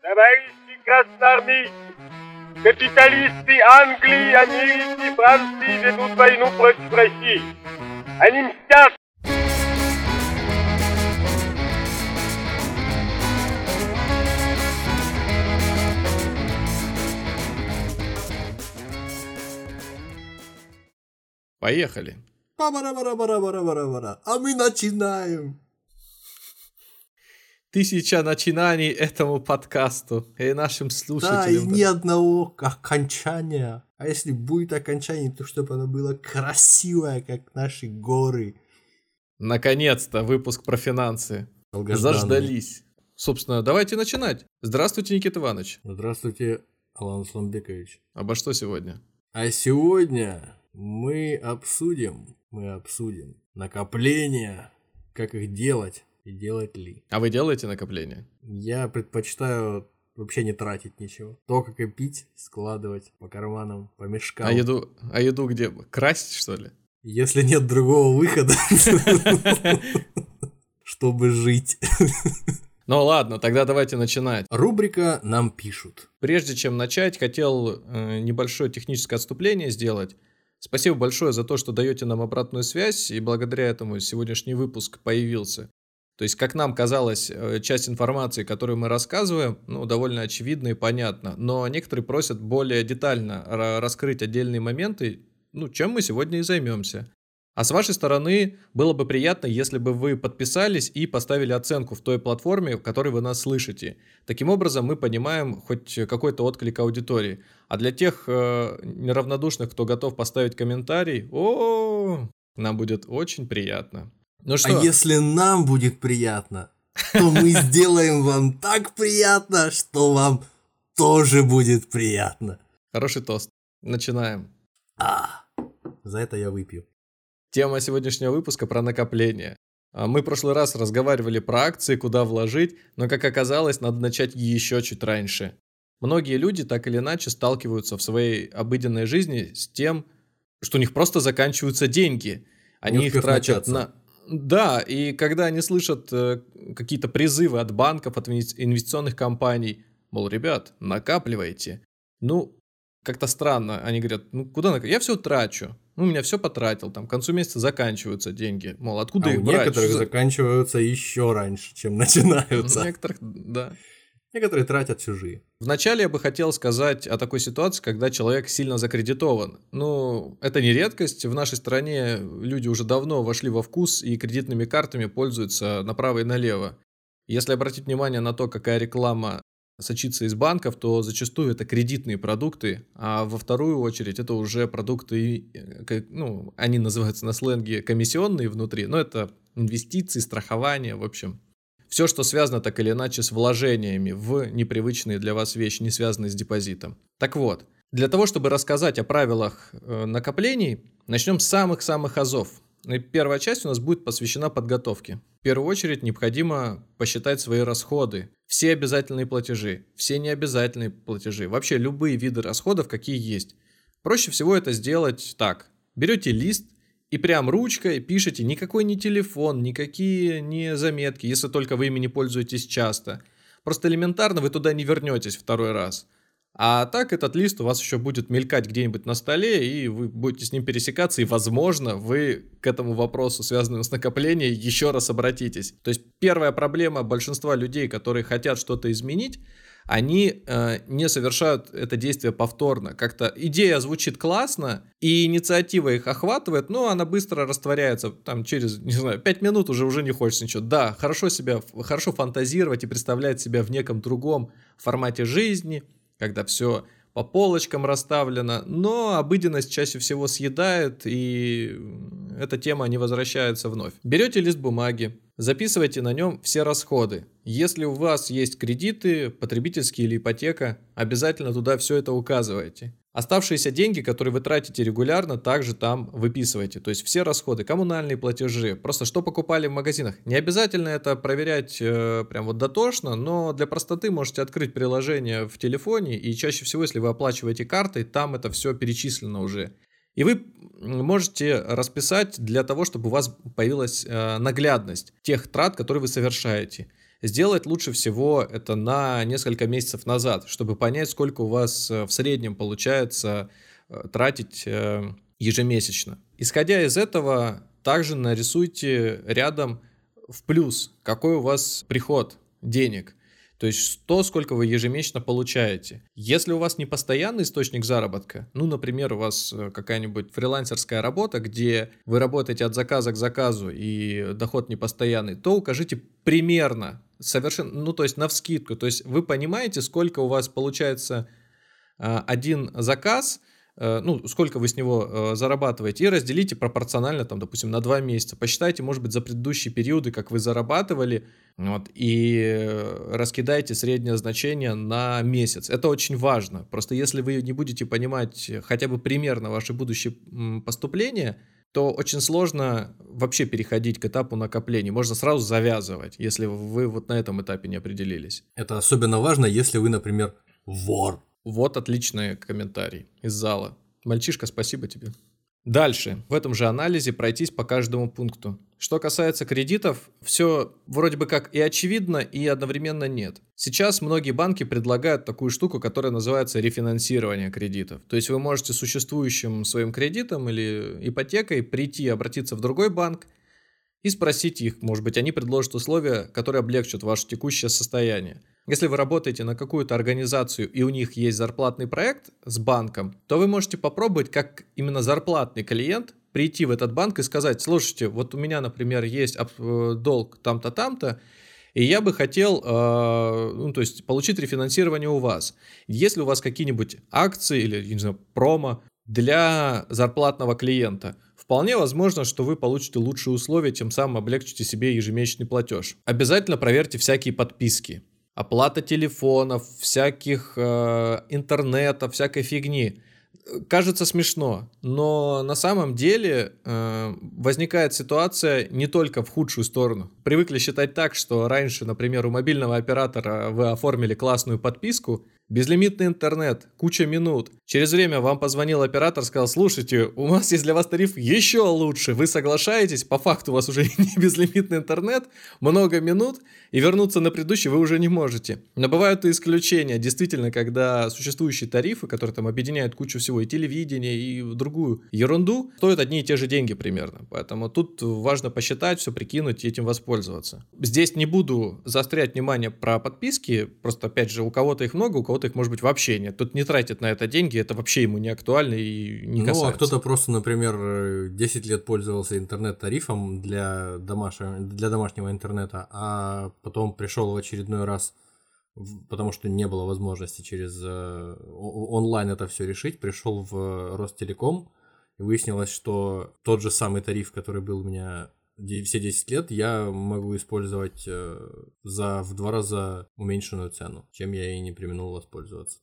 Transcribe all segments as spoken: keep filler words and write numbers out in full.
Товарищи красноармейцы, капиталисты Англии, Америки, Франции ведут войну против России. Они мстят. Поехали. Пара-пара-пара-пара-пара. А мы начинаем. Тысяча начинаний этому подкасту и нашим слушателям. Да, и ни одного окончания. А если будет окончание, то чтобы оно было красивое, как наши горы. Наконец-то выпуск про финансы. Заждались. Собственно, давайте начинать. Здравствуйте, Никита Иванович. Здравствуйте, Алан Сламбекович. Обо что сегодня? А сегодня мы обсудим, мы обсудим накопления, как их делать и делать ли. А вы делаете накопления? Я предпочитаю вообще не тратить ничего. Только копить, складывать по карманам, по мешкам. А еду, а еду где? Красть, что ли? Если нет другого выхода, чтобы жить. Ну ладно, тогда давайте начинать. Рубрика «Нам пишут». Прежде чем начать, хотел э, небольшое техническое отступление сделать. Спасибо большое за то, что даете нам обратную связь, и благодаря этому сегодняшний выпуск появился. То есть, как нам казалось, часть информации, которую мы рассказываем, ну, довольно очевидна и понятна, но некоторые просят более детально раскрыть отдельные моменты, ну, чем мы сегодня и займемся. А с вашей стороны было бы приятно, если бы вы подписались и поставили оценку в той платформе, в которой вы нас слышите. Таким образом, мы понимаем хоть какой-то отклик аудитории. А для тех э, неравнодушных, кто готов поставить комментарий, о, нам будет очень приятно. Ну что? А если нам будет приятно, то мы сделаем вам так приятно, что вам тоже будет приятно. Хороший тост. Начинаем. А, за это я выпью. Тема сегодняшнего выпуска про накопление. Мы в прошлый раз разговаривали про акции, куда вложить, но, как оказалось, надо начать еще чуть раньше. Многие люди так или иначе сталкиваются в своей обыденной жизни с тем, что у них просто заканчиваются деньги. Они их тратят начаться. на... Да, и когда они слышат э, какие-то призывы от банков, от инвестиционных компаний, мол, ребят, накапливайте. Ну, как-то странно. Они говорят, ну, куда накапливать? Я все трачу. Ну, у меня все потратил, там, к концу месяца заканчиваются деньги. Мол, откуда а их у брать? некоторых Что... заканчиваются еще раньше, чем начинаются. У некоторых, да. Некоторые тратят чужие. Вначале я бы хотел сказать о такой ситуации, когда человек сильно закредитован. Ну, это не редкость. В нашей стране люди уже давно вошли во вкус и кредитными картами пользуются направо и налево. Если обратить внимание на то, какая реклама сочится из банков, то зачастую это кредитные продукты, а во вторую очередь это уже продукты, ну, они называются на сленге комиссионные внутри, но это инвестиции, страхование, в общем. Все, что связано так или иначе с вложениями в непривычные для вас вещи, не связанные с депозитом. Так вот, для того, чтобы рассказать о правилах э, накоплений, начнем с самых-самых азов. И первая часть у нас будет посвящена подготовке. В первую очередь необходимо посчитать свои расходы. Все обязательные платежи, все необязательные платежи, вообще любые виды расходов, какие есть. Проще всего это сделать так. Берете лист и прям ручкой пишите, никакой не телефон, никакие не заметки, если только вы ими не пользуетесь часто. Просто элементарно вы туда не вернетесь второй раз. А так этот лист у вас еще будет мелькать где-нибудь на столе, и вы будете с ним пересекаться, и, возможно, вы к этому вопросу, связанному с накоплением, еще раз обратитесь. То есть первая проблема большинства людей, которые хотят что-то изменить, они э, не совершают это действие повторно. Как-то идея звучит классно, и инициатива их охватывает, но она быстро растворяется. Там через, не знаю, пять минут уже, уже не хочется ничего. Да, хорошо себя, хорошо фантазировать и представлять себя в неком другом формате жизни, когда все по полочкам расставлено, но обыденность чаще всего съедает, и эта тема не возвращается вновь. Берете лист бумаги, записывайте на нем все расходы. Если у вас есть кредиты, потребительские или ипотека, обязательно туда все это указывайте. Оставшиеся деньги, которые вы тратите регулярно, также там выписывайте. То есть все расходы, коммунальные платежи, просто что покупали в магазинах. Не обязательно это проверять э, прям вот дотошно, но для простоты можете открыть приложение в телефоне, и чаще всего, если вы оплачиваете картой, там это все перечислено уже. И вы можете расписать для того, чтобы у вас появилась э, наглядность тех трат, которые вы совершаете. Сделать лучше всего это на несколько месяцев назад, чтобы понять, сколько у вас в среднем получается тратить ежемесячно. Исходя из этого, также нарисуйте рядом в плюс, какой у вас приход денег. То есть то, сколько вы ежемесячно получаете. Если у вас не постоянный источник заработка, ну, например, у вас какая-нибудь фрилансерская работа, где вы работаете от заказа к заказу и доход не постоянный, то укажите примерно, совершенно, ну, то есть навскидку. То есть вы понимаете, сколько у вас получается один заказ, ну, сколько вы с него э, зарабатываете, и разделите пропорционально, там, допустим, на два месяца. Посчитайте, может быть, за предыдущие периоды, как вы зарабатывали, вот, и раскидайте среднее значение на месяц. Это очень важно. Просто если вы не будете понимать хотя бы примерно ваши будущие поступления, то очень сложно вообще переходить к этапу накопления. Можно сразу завязывать, если вы вот на этом этапе не определились. Это особенно важно, если вы, например, вор. Вот отличный комментарий из зала. Мальчишка, спасибо тебе. Дальше. В этом же анализе пройтись по каждому пункту. Что касается кредитов, все вроде бы как и очевидно, и одновременно нет. Сейчас многие банки предлагают такую штуку, которая называется рефинансирование кредитов. То есть вы можете существующим своим кредитом или ипотекой прийти, обратиться в другой банк и спросить их, может быть, они предложат условия, которые облегчат ваше текущее состояние. Если вы работаете на какую-то организацию и у них есть зарплатный проект с банком, то вы можете попробовать, как именно зарплатный клиент, прийти в этот банк и сказать: слушайте, вот у меня, например, есть долг там-то, там-то, и я бы хотел, э, ну, то есть получить рефинансирование у вас. Есть ли у вас какие-нибудь акции или, не знаю, промо для зарплатного клиента? Вполне возможно, что вы получите лучшие условия, тем самым облегчите себе ежемесячный платеж. Обязательно проверьте всякие подписки. Оплата телефонов, всяких э, интернета, всякой фигни. Кажется смешно, но на самом деле э, возникает ситуация не только в худшую сторону. Привыкли считать так, что раньше, например, у мобильного оператора вы оформили классную подписку, безлимитный интернет, куча минут. Через время вам позвонил оператор, сказал: слушайте, у нас есть для вас тариф еще лучше. Вы соглашаетесь? По факту у вас уже не безлимитный интернет, много минут, и вернуться на предыдущий вы уже не можете. Но бывают и исключения. Действительно, когда существующие тарифы, которые там объединяют кучу всего, и телевидение, и другую ерунду, стоят одни и те же деньги примерно. Поэтому тут важно посчитать, все прикинуть и этим воспользоваться. Здесь не буду заострять внимание про подписки, просто, опять же, у кого-то их много, у кого-то их, может быть, вообще нет. Тут не тратят на это деньги, это вообще ему не актуально и не касается. Ну, а кто-то просто, например, десять лет пользовался интернет-тарифом для, домашнего, для домашнего интернета, а потом пришел в очередной раз, потому что не было возможности через онлайн это все решить, пришел в Ростелеком, и выяснилось, что тот же самый тариф, который был у меня все десять лет, я могу использовать за в два раза уменьшенную цену, чем я и не преминул воспользоваться.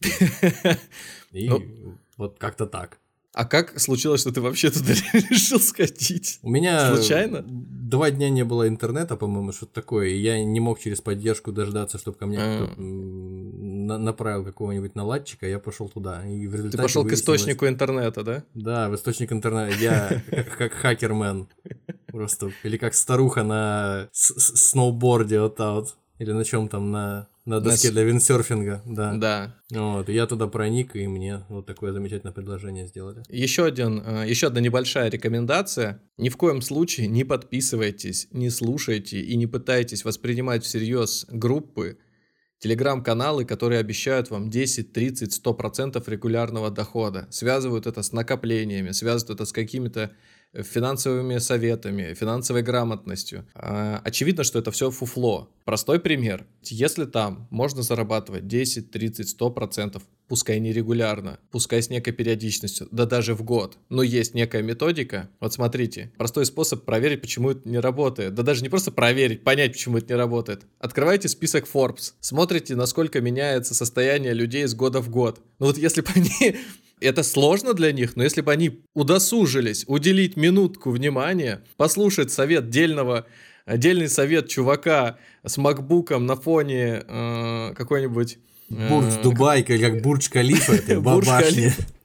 И вот как-то так. А как случилось, что ты вообще туда решил сходить? У меня случайно? Два дня не было интернета, по-моему, что-то такое, и я не мог через поддержку дождаться, чтобы ко мне А-а-а. кто-то направил какого-нибудь наладчика, я пошел туда. И в ты пошел к источнику интернета, да? Да, в источник интернета. Я как хакермен. Просто. Или как старуха на сноуборде вот так вот. Или на чем там, на, на доске на... для виндсерфинга, да. Да. Вот, и я туда проник, и мне вот такое замечательное предложение сделали. Еще, один, еще одна небольшая рекомендация. Ни в коем случае не подписывайтесь, не слушайте и не пытайтесь воспринимать всерьез группы, телеграм-каналы, которые обещают вам десять, тридцать, сто процентов регулярного дохода. Связывают это с накоплениями, связывают это с какими-то финансовыми советами, финансовой грамотностью. Очевидно, что это все фуфло. Простой пример. Если там можно зарабатывать десять, тридцать, сто процентов, пускай не регулярно, пускай с некой периодичностью, да даже в год, но есть некая методика. Вот смотрите, простой способ проверить, почему это не работает. Да даже не просто проверить, понять, почему это не работает. Открывайте список Forbes, смотрите, насколько меняется состояние людей с года в год. Ну вот если бы они... Это сложно для них, но если бы они удосужились уделить минутку внимания, послушать совет дельного, дельный совет чувака с макбуком на фоне э, какой-нибудь... Бурдж Дубай, как Бурдж Калифа, это башня.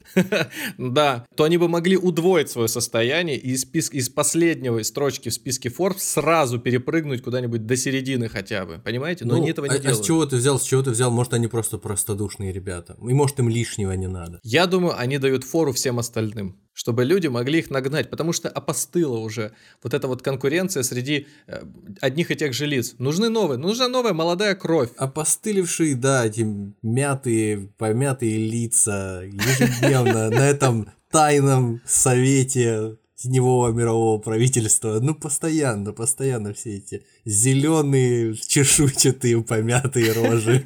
да, то они бы могли удвоить свое состояние и из, спис- из последнего строчки в списке Forbes сразу перепрыгнуть куда-нибудь до середины хотя бы, понимаете? Но ну, они этого а, не делают. А с чего ты взял, с чего ты взял? Может, они просто простодушные ребята, и может, им лишнего не надо. Я думаю, они дают фору всем остальным, чтобы люди могли их нагнать, потому что опостыла уже вот эта вот конкуренция среди э, одних и тех же лиц. Нужны новые, нужна новая молодая кровь. Опостылевшие, да, эти мятые, помятые лица ежедневно на этом тайном совете теневого мирового правительства. Ну, постоянно, постоянно все эти зеленые, чешуйчатые, помятые рожи.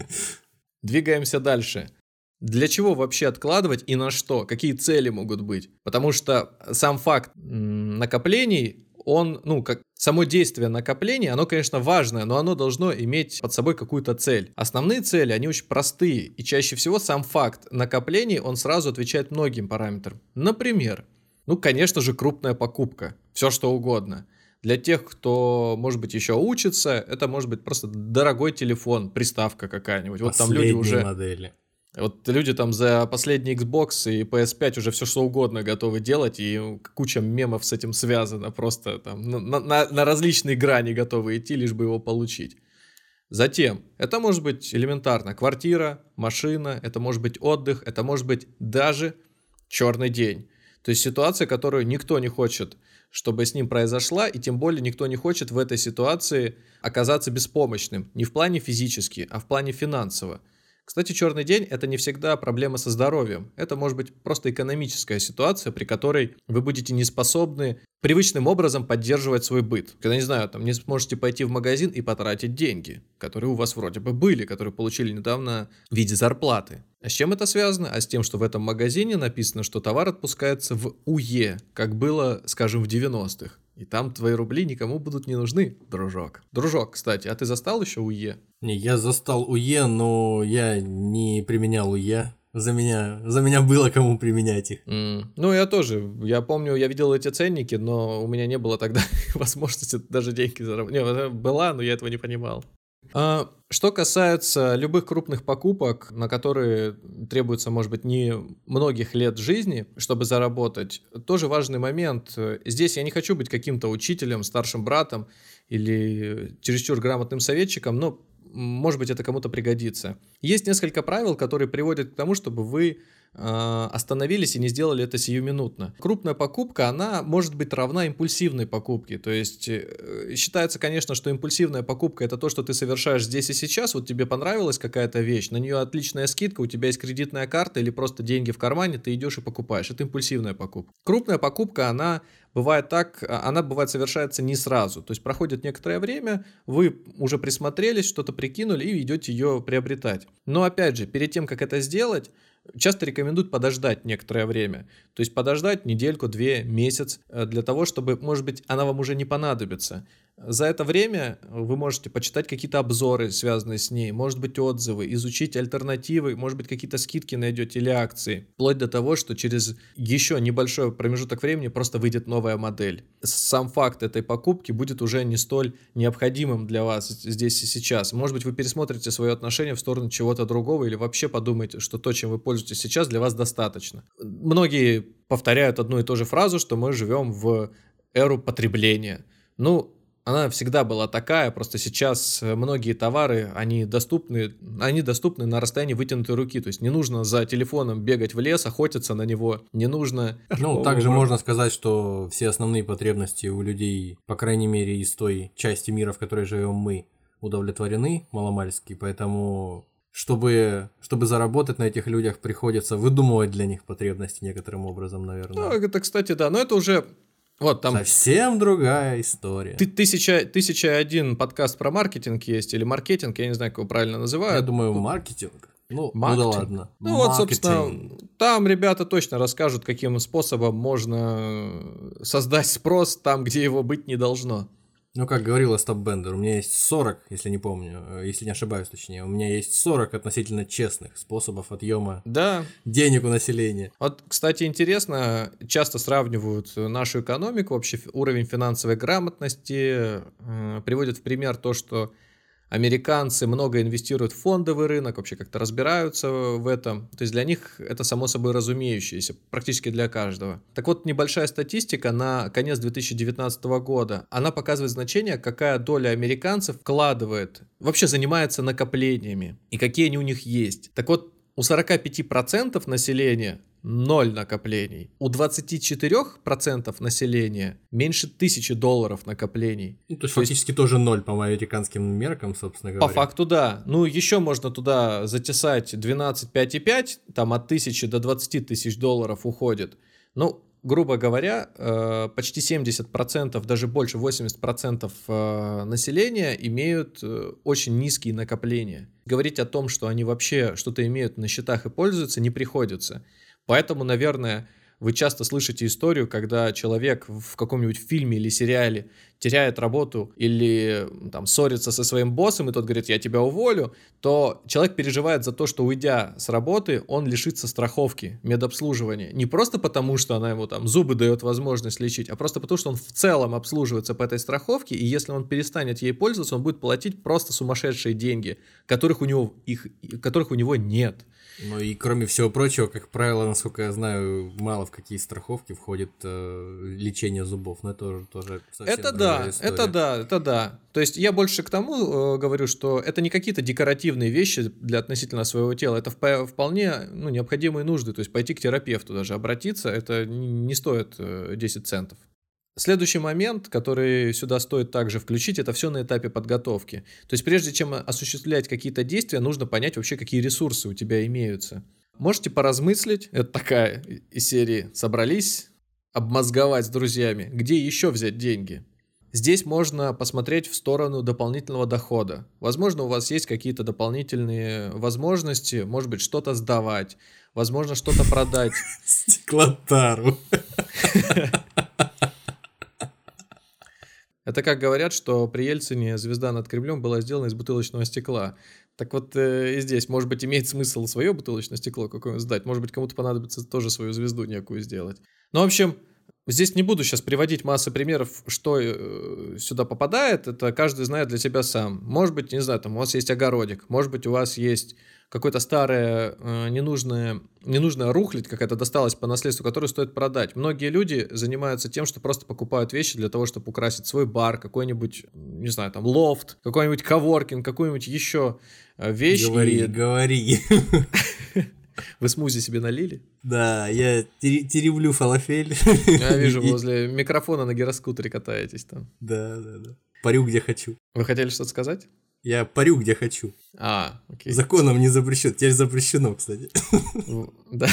Двигаемся дальше. Для чего вообще откладывать и на что? Какие цели могут быть? Потому что сам факт накоплений, он, ну, как само действие накопления, оно, конечно, важное, но оно должно иметь под собой какую-то цель. Основные цели, они очень простые, и чаще всего сам факт накоплений, он сразу отвечает многим параметрам. Например, ну, конечно же, крупная покупка, все что угодно. Для тех, кто, может быть, еще учится, это может быть просто дорогой телефон, приставка какая-нибудь. Вот там люди уже... модели. Вот люди там за последний Xbox и пи эс пять уже все что угодно готовы делать, и куча мемов с этим связано, просто там на, на, на различные грани готовы идти, лишь бы его получить. Затем, это может быть элементарно квартира, машина, это может быть отдых, это может быть даже черный день. То есть ситуация, которую никто не хочет, чтобы с ним произошла, и тем более никто не хочет в этой ситуации оказаться беспомощным. Не в плане физически, а в плане финансово. Кстати, черный день – это не всегда проблема со здоровьем. Это может быть просто экономическая ситуация, при которой вы будете не способны привычным образом поддерживать свой быт. Когда, не знаю, там не сможете пойти в магазин и потратить деньги, которые у вас вроде бы были, которые получили недавно в виде зарплаты. А с чем это связано? А с тем, что в этом магазине написано, что товар отпускается в УЕ, как было, скажем, в девяностых. И там твои рубли никому будут не нужны, дружок. Дружок, кстати, а ты застал еще УЕ? Не, я застал УЕ, но я не применял УЕ. За меня, за меня было кому применять их. Mm. Ну, я тоже. Я помню, я видел эти ценники, но у меня не было тогда возможности даже деньги заработать. Не, была, но я этого не понимал. А, что касается любых крупных покупок, на которые требуется, может быть, не многих лет жизни, чтобы заработать, тоже важный момент. Здесь я не хочу быть каким-то учителем, старшим братом или чересчур грамотным советчиком, но, может быть, это кому-то пригодится. Есть несколько правил, которые приводят к тому, чтобы вы остановились и не сделали это сиюминутно. Крупная покупка, она может быть равна импульсивной покупке. То есть считается, конечно, что импульсивная покупка — это то, что ты совершаешь здесь и сейчас. Вот тебе понравилась какая-то вещь, на нее отличная скидка, у тебя есть кредитная карта или просто деньги в кармане, ты идешь и покупаешь. Это импульсивная покупка. Крупная покупка, она бывает так, она бывает совершается не сразу. То есть проходит некоторое время, вы уже присмотрелись, что-то прикинули и идете ее приобретать. Но опять же, перед тем, как это сделать, часто рекомендуют подождать некоторое время. То есть подождать недельку, две, месяц, для того, чтобы, может быть, она вам уже не понадобится. За это время вы можете почитать какие-то обзоры, связанные с ней, может быть, отзывы, изучить альтернативы, может быть, какие-то скидки найдете или акции. Вплоть до того, что через еще небольшой промежуток времени просто выйдет новая модель. Сам факт этой покупки будет уже не столь необходимым для вас здесь и сейчас. Может быть, вы пересмотрите свое отношение в сторону чего-то другого или вообще подумаете, что то, чем вы пользуетесь сейчас, для вас достаточно. Многие повторяют одну и ту же фразу, что мы живем в эру потребления. Ну, она всегда была такая, просто сейчас многие товары, они доступны, они доступны на расстоянии вытянутой руки, то есть не нужно за телефоном бегать в лес, охотиться на него, не нужно... Ну, также можно сказать, что все основные потребности у людей, по крайней мере, из той части мира, в которой живем мы, удовлетворены маломальски, поэтому... Чтобы, чтобы заработать на этих людях, приходится выдумывать для них потребности некоторым образом, наверное. Ну, это, кстати, да, но это уже... Вот там совсем другая история. Ты, тысяча, тысяча один подкаст про маркетинг есть, или маркетинг, я не знаю, как его правильно называют. Я думаю, маркетинг. Ну, маркетинг. ну да ладно. Ну маркетинг. Вот, собственно, там ребята точно расскажут, каким способом можно создать спрос там, где его быть не должно. Ну, как говорил Остап Бендер, у меня есть сорок, если не помню, если не ошибаюсь, точнее, у меня есть сорок относительно честных способов отъема да. денег у населения. Вот, кстати, интересно, часто сравнивают нашу экономику, вообще уровень финансовой грамотности, э, приводят в пример то, что Американцы много инвестируют в фондовый рынок, вообще как-то разбираются в этом. То есть для них это само собой разумеющееся, практически для каждого. Так вот, небольшая статистика на конец две тысячи девятнадцатого года, она показывает значение, какая доля американцев вкладывает, вообще занимается накоплениями и какие они у них есть. Так вот, у сорок пять процентов населения ноль накоплений. У двадцать четыре процента населения меньше тысячи долларов накоплений. Ну, то есть то фактически есть... тоже ноль по американским меркам, собственно говоря. По факту, да. Ну, еще можно туда затесать двенадцать пять и пять, там от тысячи до двадцати тысяч долларов уходит. Ну, грубо говоря, почти семьдесят процентов, даже больше восемьдесят процентов населения имеют очень низкие накопления. Говорить о том, что они вообще что-то имеют на счетах и пользуются, не приходится. Поэтому, наверное, вы часто слышите историю, когда человек в каком-нибудь фильме или сериале теряет работу или там ссорится со своим боссом, и тот говорит: я тебя уволю, то человек переживает за то, что, уйдя с работы, он лишится страховки, медобслуживания. Не просто потому, что она ему там зубы дает возможность лечить, а просто потому, что он в целом обслуживается по этой страховке, и если он перестанет ей пользоваться, он будет платить просто сумасшедшие деньги, которых у него, их, которых у него нет. Ну и кроме всего прочего, как правило, насколько я знаю, мало в какие страховки входит э, лечение зубов, но это тоже, тоже совсем это да, история. это да, это да. То есть я больше к тому э, говорю, что это не какие-то декоративные вещи для относительно своего тела, это в, вполне ну, необходимые нужды. То есть пойти к терапевту даже обратиться, это не, не стоит э, десять центов. Следующий момент, который сюда стоит также включить, это все на этапе подготовки. То есть прежде чем осуществлять какие-то действия, нужно понять вообще, какие ресурсы у тебя имеются. Можете поразмыслить, это такая из серии «Собрались обмозговать с друзьями, где еще взять деньги». Здесь можно посмотреть в сторону дополнительного дохода. Возможно, у вас есть какие-то дополнительные возможности, может быть, что-то сдавать, возможно, что-то продать. Стеклотару. Это как говорят, что при Ельцине звезда над Кремлем была сделана из бутылочного стекла. Так вот э, и здесь, может быть, имеет смысл свое бутылочное стекло какое-нибудь сдать, может быть, кому-то понадобится тоже свою звезду некую сделать. Ну, в общем, здесь не буду сейчас приводить массы примеров, что э, сюда попадает, это каждый знает для себя сам. Может быть, не знаю, там у вас есть огородик, может быть, у вас есть какое-то старое, э, ненужное, ненужная рухлядь какая-то досталась по наследству, которую стоит продать. Многие люди занимаются тем, что просто покупают вещи для того, чтобы украсить свой бар, какой-нибудь, не знаю, там, лофт, какой-нибудь коворкинг, какую-нибудь еще вещь. Говори, и... говори. Вы смузи себе налили? Да, я теревлю фалафель. Я вижу, возле микрофона на гироскутере катаетесь там. Да, да, да. Парю, где хочу. Вы хотели что-то сказать? Я парю, где хочу. А, окей. Законом не запрещено. Теперь запрещено, кстати. Да.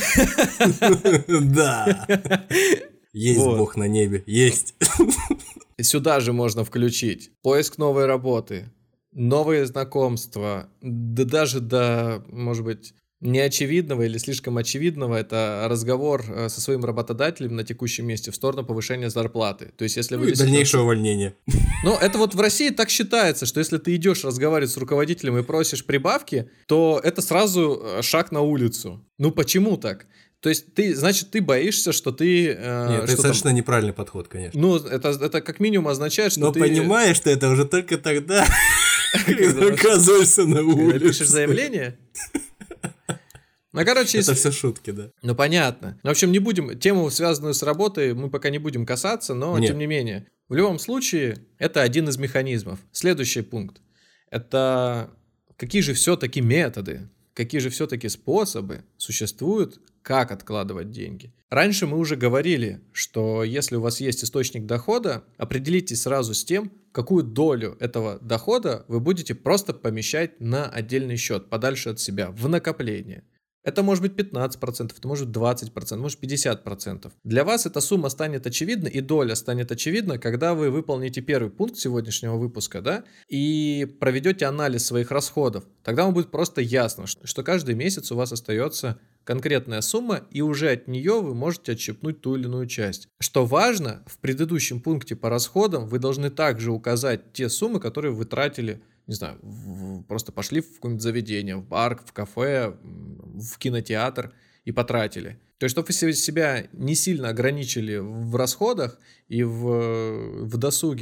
Да. Есть Бог на небе. Есть. Сюда же можно включить поиск новой работы, новые знакомства, да даже до, может быть, неочевидного или слишком очевидного, это разговор со своим работодателем на текущем месте в сторону повышения зарплаты. То есть, если ну вы и действительно... дальнейшее увольнение. Ну, это вот в России так считается, что если ты идешь разговаривать с руководителем и просишь прибавки, то это сразу шаг на улицу. Ну, почему так? То есть, ты, значит, ты боишься, что ты... Э, Нет, это совершенно там... неправильный подход, конечно. Ну, это, это как минимум означает, что Но ты... Но понимаешь, что это уже только тогда, когда оказываешься на улице. Когда пишешь заявление? Ну, короче, это если... все шутки, да. Ну, понятно. В общем, не будем... Тему, связанную с работой, мы пока не будем касаться, но, Нет. тем не менее, в любом случае, это один из механизмов. Следующий пункт. Это какие же все-таки методы, какие же все-таки способы существуют, как откладывать деньги. Раньше мы уже говорили, что если у вас есть источник дохода, определитесь сразу с тем, какую долю этого дохода вы будете просто помещать на отдельный счет, подальше от себя, в накопление. Это может быть пятнадцать процентов, это может быть двадцать процентов, может пятьдесят процентов. Для вас эта сумма станет очевидна, и доля станет очевидна, когда вы выполните первый пункт сегодняшнего выпуска, да, и проведете анализ своих расходов. Тогда вам будет просто ясно, что каждый месяц у вас остается конкретная сумма, и уже от нее вы можете отщипнуть ту или иную часть. Что важно, в предыдущем пункте по расходам вы должны также указать те суммы, которые вы тратили, не знаю, в, просто пошли в какое-нибудь заведение, в бар, в кафе, в кинотеатр и потратили. То есть, чтобы вы себя не сильно ограничили в расходах и в, в досуге.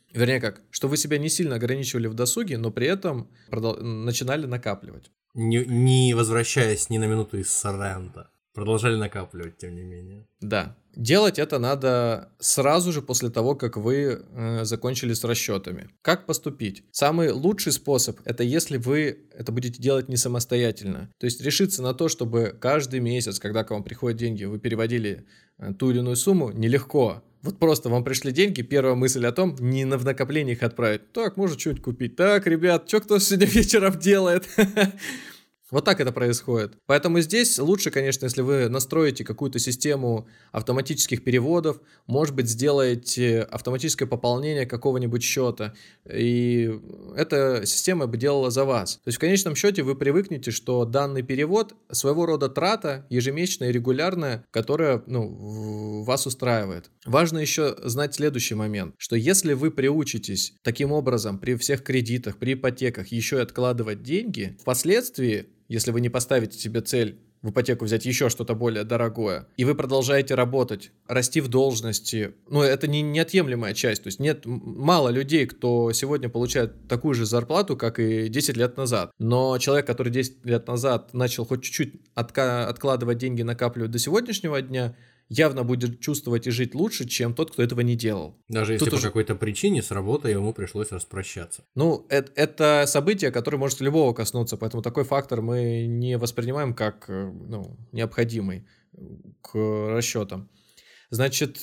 Вернее как, что вы себя не сильно ограничивали в досуге, но при этом продол- начинали накапливать. Не, не возвращаясь ни на минуту из Соренто. Продолжали накапливать, тем не менее. Да. Делать это надо сразу же после того, как вы э, закончили с расчетами. Как поступить? Самый лучший способ – это если вы это будете делать не самостоятельно. То есть решиться на то, чтобы каждый месяц, когда к вам приходят деньги, вы переводили э, ту или иную сумму, нелегко. Вот просто вам пришли деньги, первая мысль о том, не на в накопление их отправить. Так, может что-нибудь купить. Так, ребят, что кто сегодня вечером делает? Вот так это происходит. Поэтому здесь лучше, конечно, если вы настроите какую-то систему автоматических переводов, может быть, сделаете автоматическое пополнение какого-нибудь счета, и эта система бы делала за вас. То есть в конечном счете вы привыкнете, что данный перевод своего рода трата ежемесячная и регулярная, которая ну, вас устраивает. Важно еще знать следующий момент, что если вы приучитесь таким образом при всех кредитах, при ипотеках еще и откладывать деньги, впоследствии, если вы не поставите себе цель в ипотеку взять еще что-то более дорогое, и вы продолжаете работать, расти в должности, ну, это не неотъемлемая часть, то есть нет мало людей, кто сегодня получает такую же зарплату, как и десять лет назад, но человек, который десять лет назад начал хоть чуть-чуть отка- откладывать деньги, накапливать до сегодняшнего дня, явно будет чувствовать и жить лучше, чем тот, кто этого не делал. Даже если Тут по уже... какой-то причине с работой ему пришлось распрощаться. Ну, это, это событие, которое может любого коснуться, поэтому такой фактор мы не воспринимаем как ну, необходимый к расчетам. Значит,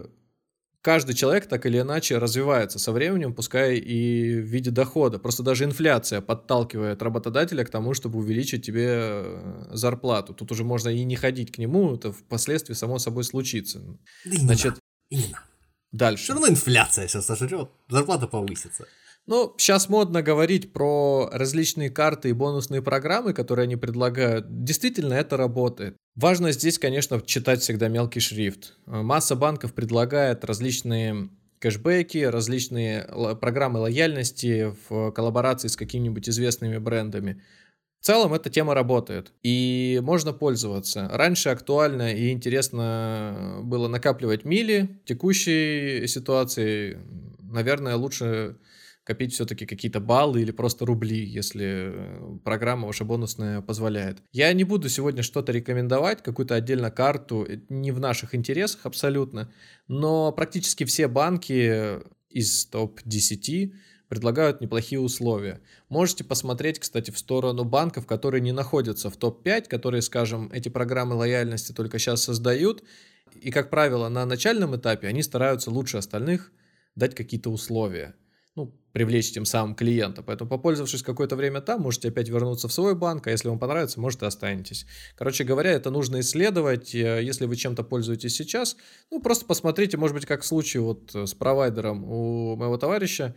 каждый человек так или иначе развивается со временем, пускай и в виде дохода. Просто даже инфляция подталкивает работодателя к тому, чтобы увеличить тебе зарплату. Тут уже можно и не ходить к нему, это впоследствии само собой случится. Да и не Значит, надо, и не надо. Дальше. Все равно инфляция сейчас сожрет, зарплата повысится. Ну, сейчас модно говорить про различные карты и бонусные программы, которые они предлагают. Действительно, это работает. Важно здесь, конечно, читать всегда мелкий шрифт. Масса банков предлагает различные кэшбэки, различные программы лояльности в коллаборации с какими-нибудь известными брендами. В целом эта тема работает, и можно пользоваться. Раньше актуально и интересно было накапливать мили. В текущей ситуации, наверное, лучше копить все-таки какие-то баллы или просто рубли, если программа ваша бонусная позволяет. Я не буду сегодня что-то рекомендовать, какую-то отдельно карту, не в наших интересах абсолютно, но практически все банки из топ десять предлагают неплохие условия. Можете посмотреть, кстати, в сторону банков, которые не находятся в топ пять, которые, скажем, эти программы лояльности только сейчас создают, и, как правило, на начальном этапе они стараются лучше остальных дать какие-то условия. Ну, привлечь тем самым клиента. Поэтому, попользовавшись какое-то время там, можете опять вернуться в свой банк, а если вам понравится, может, и останетесь. Короче говоря, это нужно исследовать. Если вы чем-то пользуетесь сейчас, ну, просто посмотрите, может быть, как в случае вот с провайдером у моего товарища,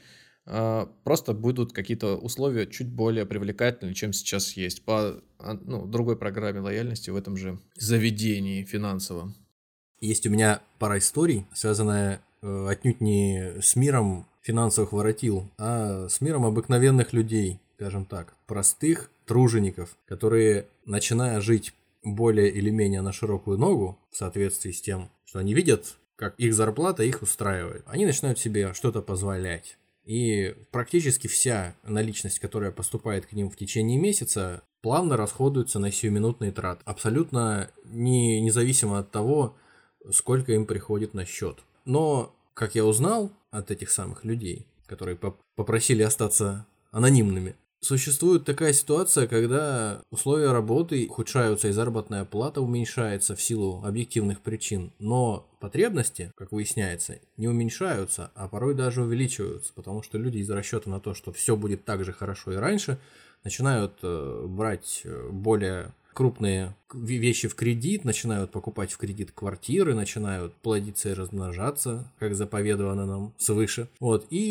просто будут какие-то условия чуть более привлекательные, чем сейчас есть по ну, другой программе лояльности в этом же заведении финансовом. Есть у меня пара историй, связанная э, отнюдь не с миром финансовых воротил, а с миром обыкновенных людей, скажем так, простых тружеников, которые, начиная жить более или менее на широкую ногу, в соответствии с тем, что они видят, как их зарплата их устраивает, они начинают себе что-то позволять. И практически вся наличность, которая поступает к ним в течение месяца, плавно расходуется на сиюминутные траты. Абсолютно не, независимо от того, сколько им приходит на счет. Но, как я узнал от этих самых людей, которые поп- попросили остаться анонимными, существует такая ситуация, когда условия работы ухудшаются и заработная плата уменьшается в силу объективных причин, но потребности, как выясняется, не уменьшаются, а порой даже увеличиваются, потому что люди из расчета на то, что все будет так же хорошо и раньше, начинают э, брать более крупные вещи в кредит, начинают покупать в кредит квартиры, начинают плодиться и размножаться, как заповедовано нам свыше. Вот, и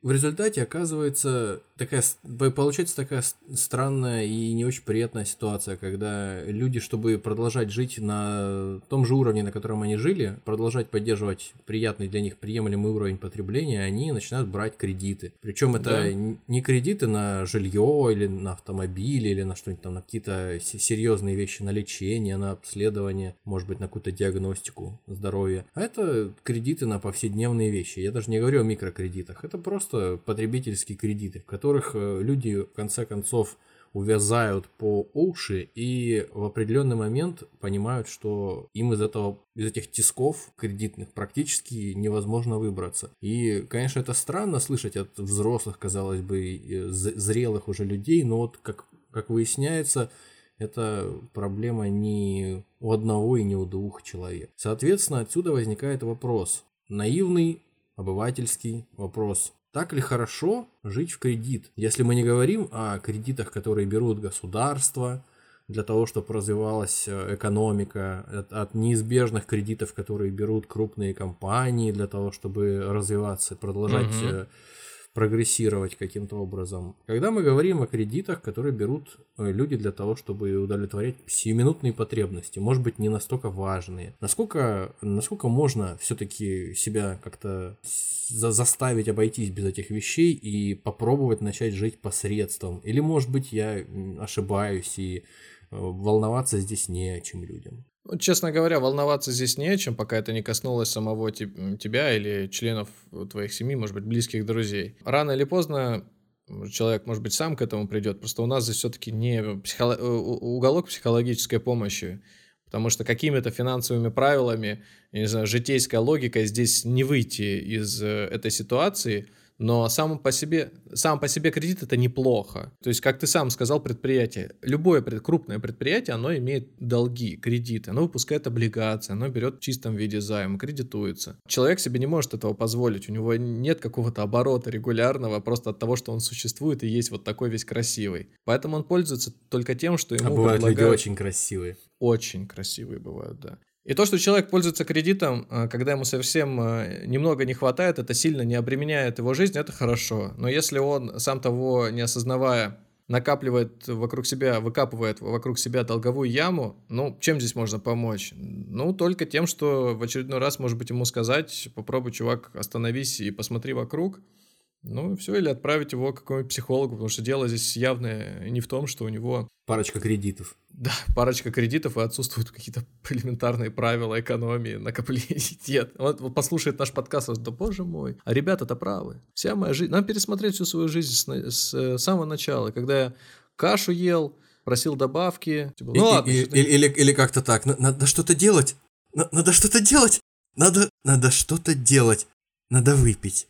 в результате оказывается такая, получается такая странная и не очень приятная ситуация, когда люди, чтобы продолжать жить на том же уровне, на котором они жили, продолжать поддерживать приятный для них приемлемый уровень потребления, они начинают брать кредиты. Причем это да. не кредиты на жилье или на автомобиль или на что-нибудь там, на какие-то серьезные вещи, на лечение, на обследование, может быть, на какую-то диагностику здоровья, а это кредиты на повседневные вещи. Я даже не говорю о микрокредитах, это просто потребительские кредиты, в которых люди в конце концов увязают по уши и в определенный момент понимают, что им из этого, из этих тисков кредитных практически невозможно выбраться. И, конечно, это странно слышать от взрослых, казалось бы, зрелых уже людей, но вот как, как выясняется, это проблема не у одного и не у двух человек. Соответственно, отсюда возникает вопрос, наивный, обывательский вопрос. Так ли хорошо жить в кредит? Если мы не говорим о кредитах, которые берут государства для того, чтобы развивалась экономика, от, от неизбежных кредитов, которые берут крупные компании для того, чтобы развиваться, продолжать mm-hmm. прогрессировать каким-то образом. Когда мы говорим о кредитах, которые берут люди для того, чтобы удовлетворять сиюминутные потребности, может быть, не настолько важные. Насколько, насколько можно все-таки себя как-то за- заставить обойтись без этих вещей и попробовать начать жить посредством? Или, может быть, я ошибаюсь и волноваться здесь не о чем людям? Ну, честно говоря, волноваться здесь не о чем, пока это не коснулось самого тебя или членов твоих семьи, может быть, близких друзей. Рано или поздно человек, может быть, сам к этому придет. Просто у нас здесь все-таки не психолог... уголок психологической помощи, потому что какими-то финансовыми правилами, я не знаю, житейской логикой здесь не выйти из этой ситуации. Но сам по себе, сам по себе кредит это неплохо. То есть, как ты сам сказал, предприятие. Любое пред, крупное предприятие, оно имеет долги, кредиты. Оно выпускает облигации, оно берет в чистом виде займ, кредитуется. Человек себе не может этого позволить. У него нет какого-то оборота регулярного просто от того, что он существует и есть вот такой весь красивый. Поэтому он пользуется только тем, что ему а бывают предлагают... люди очень красивые. Очень красивые бывают, да. И то, что человек пользуется кредитом, когда ему совсем немного не хватает, это сильно не обременяет его жизнь, это хорошо. Но если он, сам того не осознавая, накапливает вокруг себя, выкапывает вокруг себя долговую яму, ну, чем здесь можно помочь? Ну, только тем, что в очередной раз, может быть, ему сказать, попробуй, чувак, остановись и посмотри вокруг. Ну, и все, или отправить его к какому-нибудь психологу, потому что дело здесь явно не в том, что у него... Парочка кредитов. Да, парочка кредитов, и отсутствуют какие-то элементарные правила экономии, накопления. Нет, вот, вот послушает наш подкаст, да боже мой, а ребята-то правы. Вся моя жизнь, надо пересмотреть всю свою жизнь с, с, с самого начала, когда я кашу ел, просил добавки. Типа, ну и, ладно. И, или, или, или как-то так, надо что-то делать, надо что-то делать, надо, надо что-то делать, надо выпить.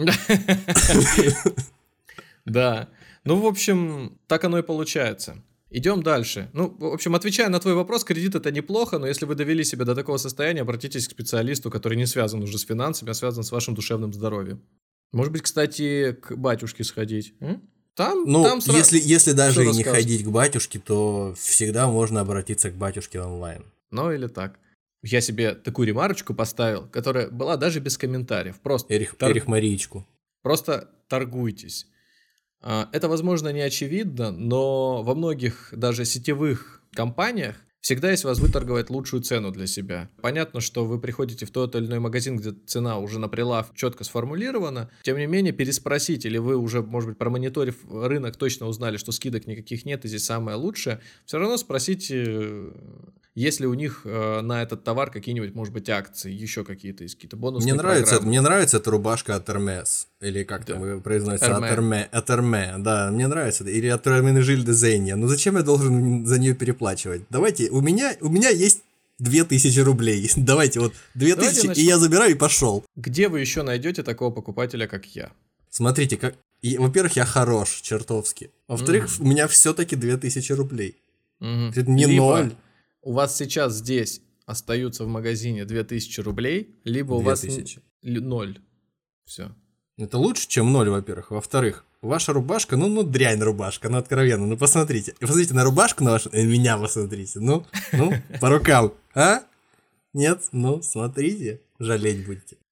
Да, ну, в общем, так оно и получается. Идем дальше. Ну, в общем, отвечая на твой вопрос, кредит это неплохо, но если вы довели себя до такого состояния, обратитесь к специалисту, который не связан уже с финансами, а связан с вашим душевным здоровьем. Может быть, кстати, к батюшке сходить. М? Там, ну, там сразу... если, если даже и не ходить к батюшке, то всегда можно обратиться к батюшке онлайн. Ну, или так. Я себе такую ремарочку поставил, которая была даже без комментариев. Просто Эрих, тор... Эрих Мариечку. Просто торгуйтесь. Это, возможно, не очевидно, но во многих даже сетевых компаниях всегда есть возможность выторговать лучшую цену для себя. Понятно, что вы приходите в тот или иной магазин, где цена уже на прилавке четко сформулирована. Тем не менее, переспросить, или вы уже, может быть, промониторив рынок, точно узнали, что скидок никаких нет, и здесь самое лучшее. Все равно спросите, есть ли у них э, на этот товар какие-нибудь, может быть, акции, еще какие-то, есть какие-то бонусные мне нравится, программы. Мне нравится эта рубашка от Hermes, или как да. там произносится, от Hermes, от Hermes, да, мне нравится, или от Hermenegilde Zegna. Ну зачем я должен за нее переплачивать? Давайте, у меня, у меня есть две тысячи рублей, давайте вот две тысячи, и я забираю и пошел. Где вы еще найдете такого покупателя, как я? Смотрите, как, и, во-первых, я хорош, чертовски. Во-вторых, mm-hmm. у меня все-таки две тысячи рублей. Mm-hmm. Это не Либо ноль. У вас сейчас здесь остаются в магазине две тысячи рублей, либо у вас ноль. Все. Это лучше, чем ноль, во-первых. Во-вторых, ваша рубашка, ну, ну, дрянь рубашка, ну, откровенно, ну, посмотрите. Посмотрите на рубашку на вашу, на меня посмотрите, ну, ну, по рукам, а? Нет? Ну, смотрите, жалеть будете.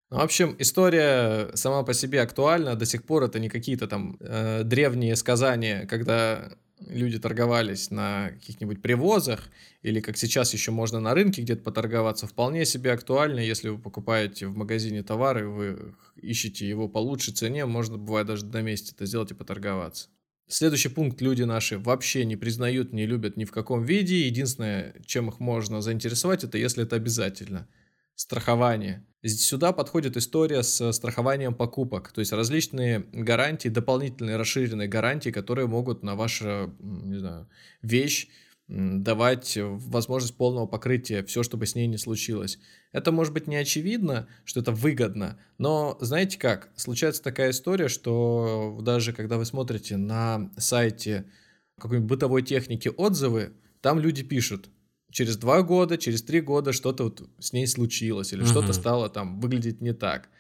Ну, в общем, история сама по себе актуальна. До сих пор это не какие-то там э, древние сказания, когда люди торговались на каких-нибудь привозах, или как сейчас еще можно на рынке где-то поторговаться. Вполне себе актуально, если вы покупаете в магазине товары, вы ищете его по лучшей цене, можно, бывает, даже на месте это сделать и поторговаться. Следующий пункт люди наши вообще не признают, не любят ни в каком виде. Единственное, чем их можно заинтересовать, это если это обязательно. Страхование. Сюда подходит история с страхованием покупок, то есть различные гарантии, дополнительные расширенные гарантии, которые могут на вашу, не знаю, вещь давать возможность полного покрытия, все, чтобы с ней не случилось. Это может быть не очевидно, что это выгодно, но знаете как, случается такая история, что даже когда вы смотрите на сайте какой-нибудь бытовой техники отзывы, там люди пишут: через два года, через три года что-то вот с ней случилось, или uh-huh. что-то стало там выглядеть не так.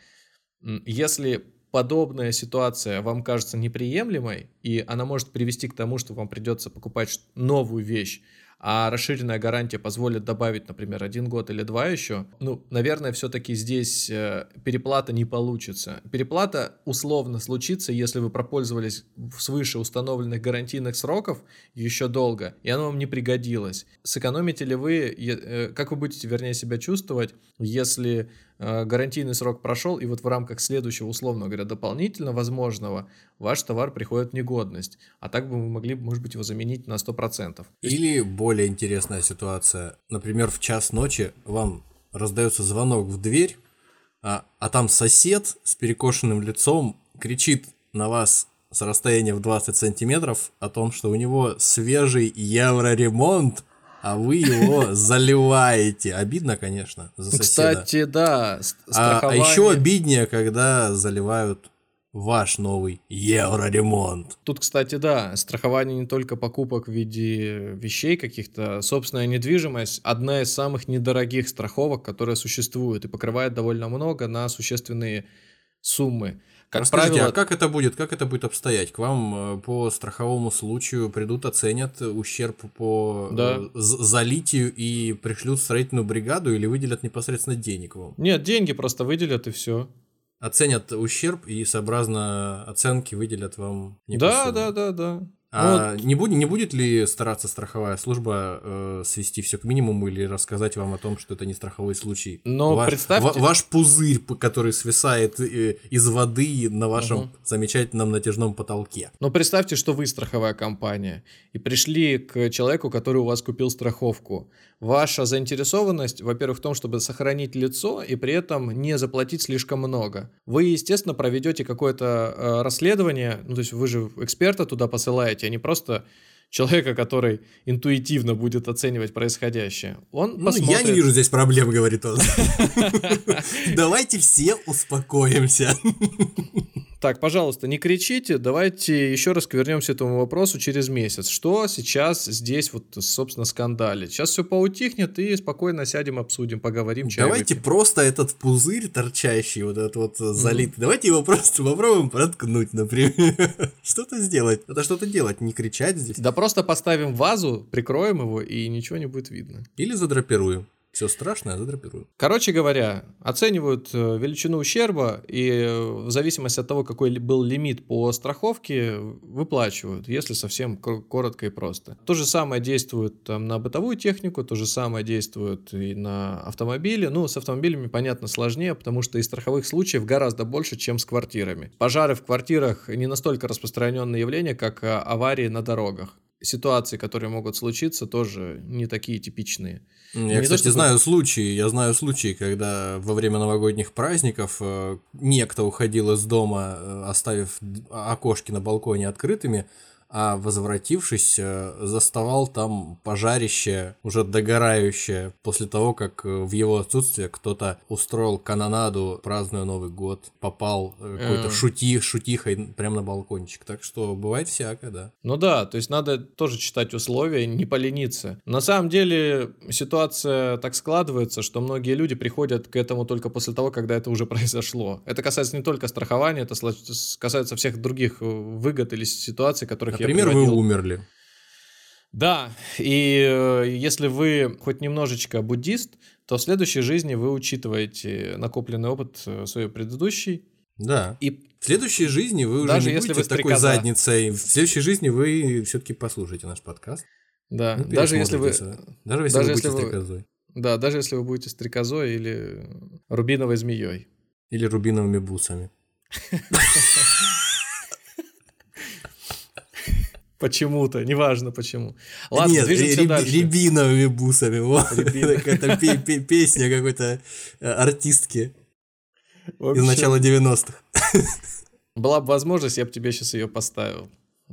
Если подобная ситуация вам кажется неприемлемой, и она может привести к тому, что вам придется покупать новую вещь, а расширенная гарантия позволит добавить, например, один год или два еще, ну, наверное, все-таки здесь э, переплата не получится. Переплата условно случится, если вы пропользовались свыше установленных гарантийных сроков еще долго, и оно вам не пригодилось. Сэкономите ли вы, э, как вы будете, вернее, себя чувствовать, если э, гарантийный срок прошел, и вот в рамках следующего, условно говоря, дополнительно возможного, ваш товар приходит в негодность, а так бы вы могли, может быть, его заменить на сто процентов. Или более интересная ситуация. Например, в час ночи вам раздается звонок в дверь, а, а там сосед с перекошенным лицом кричит на вас с расстояния в двадцать сантиметров о том, что у него свежий евроремонт, а вы его заливаете. Обидно, конечно, за соседа. Кстати, да. Страхование... А, а еще обиднее, когда заливают ваш новый евроремонт. Тут, кстати, да, страхование не только покупок в виде вещей каких-то. Собственная недвижимость – одна из самых недорогих страховок, которая существует, и покрывает довольно много на существенные суммы. Как Расскажите, правило... а как это будет, как это будет обстоять? К вам по страховому случаю придут, оценят ущерб по да. залитию и пришлют строительную бригаду или выделят непосредственно денег вам? Нет, деньги просто выделят и все. Оценят ущерб и сообразно оценки выделят вам некую Да, сумму. да, да, да. А вот. не, будет, не будет ли стараться страховая служба э, свести все к минимуму или рассказать вам о том, что это не страховой случай? Но ваш, представьте... в, ваш пузырь, который свисает э, из воды на вашем угу. замечательном натяжном потолке. Но представьте, что вы страховая компания, и пришли к человеку, который у вас купил страховку. Ваша заинтересованность, во-первых, в том, чтобы сохранить лицо и при этом не заплатить слишком много. Вы, естественно, проведете какое-то э, расследование, ну, то есть вы же эксперта туда посылаете, а не просто человека, который интуитивно будет оценивать происходящее. Он ну, посмотрит... Я не вижу здесь проблем, говорит он. Давайте все успокоимся. Так, пожалуйста, не кричите, давайте еще раз вернемся к этому вопросу через месяц. Что сейчас здесь вот, собственно, скандалит? Сейчас все поутихнет и спокойно сядем, обсудим, поговорим. Давайте выпьем. Просто этот пузырь торчащий, вот этот вот залитый, mm-hmm. давайте его просто попробуем проткнуть, например. Что-то сделать. Это что-то делать, не кричать здесь. Да просто поставим вазу, прикроем его, и ничего не будет видно. Или задрапируем. Все страшное, задрапируют. Короче говоря, оценивают величину ущерба и в зависимости от того, какой был лимит по страховке, выплачивают, если совсем коротко и просто. То же самое действует там, на бытовую технику, то же самое действует и на автомобили. Ну, с автомобилями, понятно, сложнее, потому что и страховых случаев гораздо больше, чем с квартирами. Пожары в квартирах не настолько распространенное явление, как аварии на дорогах. Ситуации, которые могут случиться, тоже не такие типичные. Я, не кстати, то, чтобы... знаю случаи, я знаю случаи, когда во время новогодних праздников э, некто уходил из дома, э, оставив окошки на балконе открытыми, а возвратившись, э, заставал там пожарище, уже догорающее, после того, как в его отсутствие кто-то устроил канонаду, празднуя Новый год, попал э, какой-то шути, шутихой прямо на балкончик. Так что бывает всякое, да. Ну да, то есть надо тоже читать условия, не полениться. На самом деле ситуация так складывается, что многие люди приходят к этому только после того, когда это уже произошло. Это касается не только страхования, это касается всех других выгод или ситуаций, которых Например, вы умерли. Да, и э, если вы хоть немножечко буддист, то в следующей жизни вы учитываете накопленный опыт э, своей предыдущей. Да. И в следующей жизни вы уже даже не если будете вы такой стрекоза. задницей. В следующей жизни вы все-таки послушаете наш подкаст. Да, Ну, даже если вы, пересмотрите, даже если даже вы будете если вы- стрекозой. да, даже если вы будете стрекозой или рубиновой змеей. Или рубиновыми бусами. Почему-то, неважно почему. Ладно, Нет, движемся ре- дальше. рябиновыми бусами. Вот. Рябина. Какая-то пе- пе- песня какой-то э, артистки В из общем, начала девяностых. была бы возможность, я бы тебе сейчас ее поставил.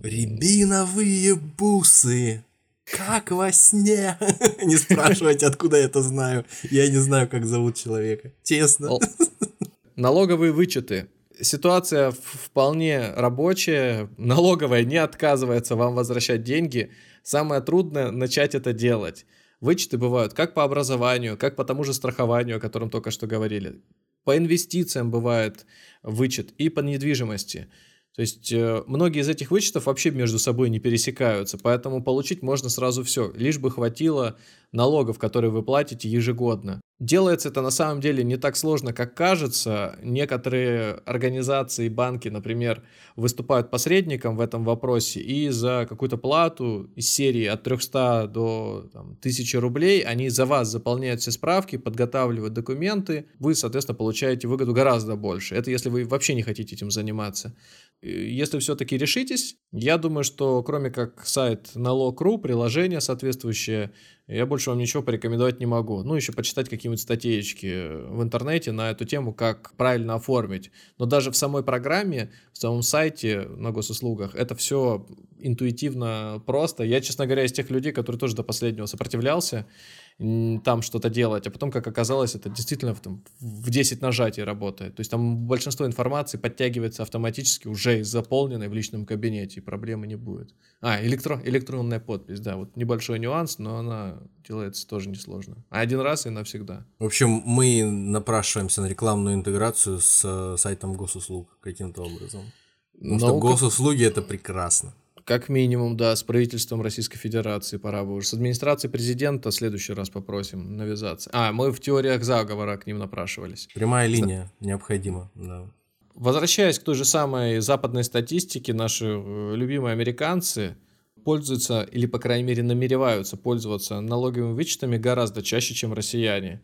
Рябиновые бусы, как во сне. Не спрашивайте, откуда я это знаю. Я не знаю, как зовут человека. Честно. Л- Налоговые вычеты. Ситуация в- вполне рабочая. Налоговая не отказывается вам возвращать деньги. Самое трудное — начать это делать. Вычеты бывают как по образованию, как по тому же страхованию, о котором только что говорили. По инвестициям бывает вычет и по недвижимости. То есть э, многие из этих вычетов вообще между собой не пересекаются, поэтому получить можно сразу все, лишь бы хватило налогов, которые вы платите ежегодно. Делается это на самом деле не так сложно, как кажется. Некоторые организации, банки, например, выступают посредником в этом вопросе, и за какую-то плату из серии от трехсот до там, тысячи рублей они за вас заполняют все справки, подготавливают документы, вы, соответственно, получаете выгоду гораздо больше. Это если вы вообще не хотите этим заниматься. Если все-таки решитесь, я думаю, что кроме как сайт налог точка ру, приложение соответствующее, я больше вам ничего порекомендовать не могу. Ну, еще почитать какие-нибудь статейки в интернете на эту тему, как правильно оформить. Но даже в самой программе, в самом сайте на госуслугах, это все интуитивно просто. Я, честно говоря, из тех людей, которые тоже до последнего сопротивлялся м, там что-то делать, а потом, как оказалось, это действительно в, там, в десять нажатий работает. То есть там большинство информации подтягивается автоматически уже из заполненной в личном кабинете, и проблемы не будет. А, электро- электронная подпись, да, вот небольшой нюанс, но она делается тоже несложно. А один раз и навсегда. В общем, мы напрашиваемся на рекламную интеграцию с э, сайтом госуслуг каким-то образом. Потому что Ну, как- госуслуги — это прекрасно. Как минимум, да, с правительством Российской Федерации пора бы уже. С администрацией президента в следующий раз попросим навязаться. А, мы в теориях заговора к ним напрашивались. Прямая линия необходима, да. Возвращаясь к той же самой западной статистике, наши э, любимые американцы пользуются, или, по крайней мере, намереваются пользоваться налоговыми вычетами гораздо чаще, чем россияне.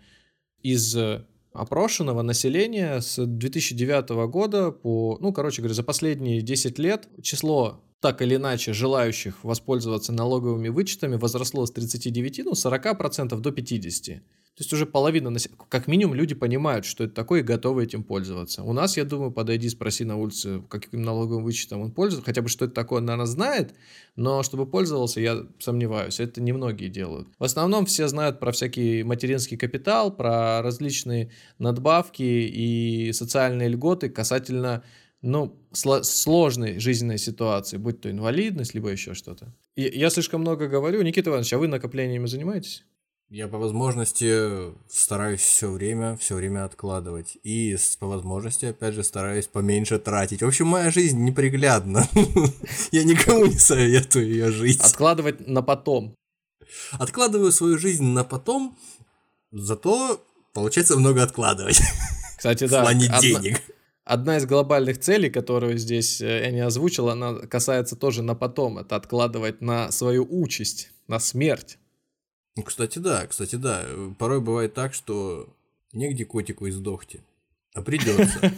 Из э, опрошенного населения с две тысячи девятого года по, ну, короче говоря, за последние десять лет число так или иначе желающих воспользоваться налоговыми вычетами возросло с тридцати девяти, ну, сорока процентов до пятидесяти. То есть уже половина, нас- как минимум, люди понимают, что это такое, и готовы этим пользоваться. У нас, я думаю, подойди, спроси на улице, каким налоговым вычетом он пользуется, хотя бы что это такое, наверное, знает, но чтобы пользовался, я сомневаюсь, это немногие делают. В основном все знают про всякий материнский капитал, про различные надбавки и социальные льготы касательно, ну, сло- сложной жизненной ситуации, будь то инвалидность, либо еще что-то. И я слишком много говорю. Никита Иванович, а вы накоплениями занимаетесь? Я по возможности стараюсь все время, все время откладывать. И с- по возможности, опять же, стараюсь поменьше тратить. В общем, моя жизнь неприглядна. Я никому не советую ее жить. Откладывать на потом. Откладываю свою жизнь на потом, зато получается много откладывать. Кстати, В да. плане одна- денег. Одна из глобальных целей, которую здесь э, я не озвучил, она касается тоже на потом. Это откладывать на свою участь, на смерть. Ну, кстати, да, кстати, да. Порой бывает так, что негде котику и сдохти, а придется.